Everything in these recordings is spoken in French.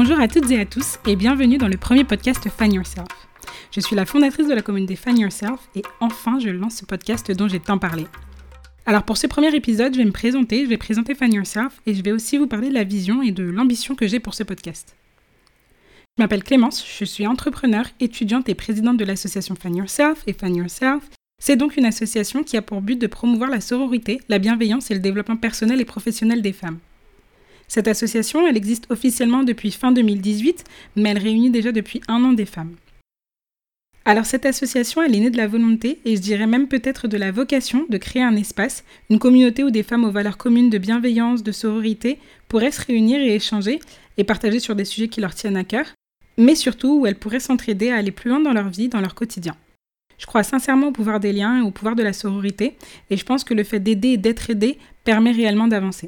Bonjour à toutes et à tous et bienvenue dans le premier podcast Find Yourself. Je suis la fondatrice de la communauté Find Yourself et enfin je lance ce podcast dont j'ai tant parlé. Alors pour ce premier épisode, je vais présenter Find Yourself et je vais aussi vous parler de la vision et de l'ambition que j'ai pour ce podcast. Je m'appelle Clémence, je suis entrepreneure, étudiante et présidente de l'association Find Yourself et Find Yourself. C'est donc une association qui a pour but de promouvoir la sororité, la bienveillance et le développement personnel et professionnel des femmes. Cette association, elle existe officiellement depuis fin 2018, mais elle réunit déjà depuis 1 an des femmes. Alors cette association, elle est née de la volonté, et je dirais même peut-être de la vocation, de créer un espace, une communauté où des femmes aux valeurs communes de bienveillance, de sororité, pourraient se réunir et échanger, et partager sur des sujets qui leur tiennent à cœur, mais surtout où elles pourraient s'entraider à aller plus loin dans leur vie, dans leur quotidien. Je crois sincèrement au pouvoir des liens et au pouvoir de la sororité, et je pense que le fait d'aider et d'être aidé permet réellement d'avancer.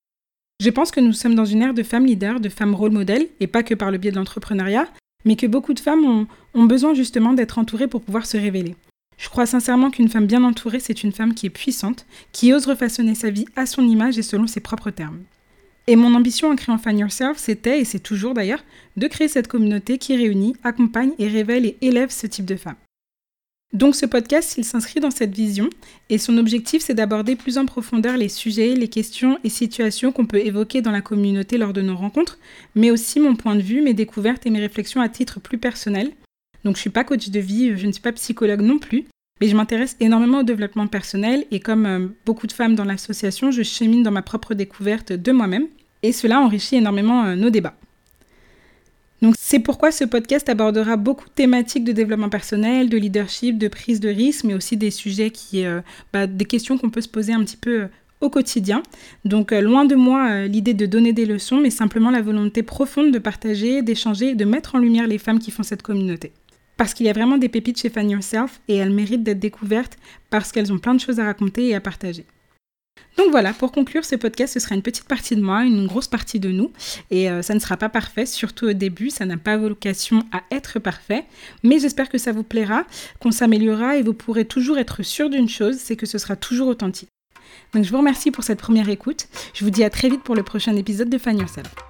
Je pense que nous sommes dans une ère de femmes leaders, de femmes rôle modèles, et pas que par le biais de l'entrepreneuriat, mais que beaucoup de femmes ont besoin justement d'être entourées pour pouvoir se révéler. Je crois sincèrement qu'une femme bien entourée, c'est une femme qui est puissante, qui ose refaçonner sa vie à son image et selon ses propres termes. Et mon ambition en créant Find Yourself, c'était, et c'est toujours d'ailleurs, de créer cette communauté qui réunit, accompagne et révèle et élève ce type de femmes. Donc ce podcast, il s'inscrit dans cette vision et son objectif, c'est d'aborder plus en profondeur les sujets, les questions et situations qu'on peut évoquer dans la communauté lors de nos rencontres, mais aussi mon point de vue, mes découvertes et mes réflexions à titre plus personnel. Donc je ne suis pas coach de vie, je ne suis pas psychologue non plus, mais je m'intéresse énormément au développement personnel et comme beaucoup de femmes dans l'association, je chemine dans ma propre découverte de moi-même et cela enrichit énormément nos débats. Donc c'est pourquoi ce podcast abordera beaucoup de thématiques de développement personnel, de leadership, de prise de risque, mais aussi des sujets des questions qu'on peut se poser un petit peu au quotidien. Donc loin de moi l'idée de donner des leçons, mais simplement la volonté profonde de partager, d'échanger et de mettre en lumière les femmes qui font cette communauté. Parce qu'il y a vraiment des pépites chez Find Yourself et elles méritent d'être découvertes parce qu'elles ont plein de choses à raconter et à partager. Donc voilà, pour conclure ce podcast, ce sera une petite partie de moi, une grosse partie de nous. Et ça ne sera pas parfait, surtout au début, ça n'a pas vocation à être parfait. Mais j'espère que ça vous plaira, qu'on s'améliorera et vous pourrez toujours être sûr d'une chose, c'est que ce sera toujours authentique. Donc je vous remercie pour cette première écoute. Je vous dis à très vite pour le prochain épisode de Find Yourself.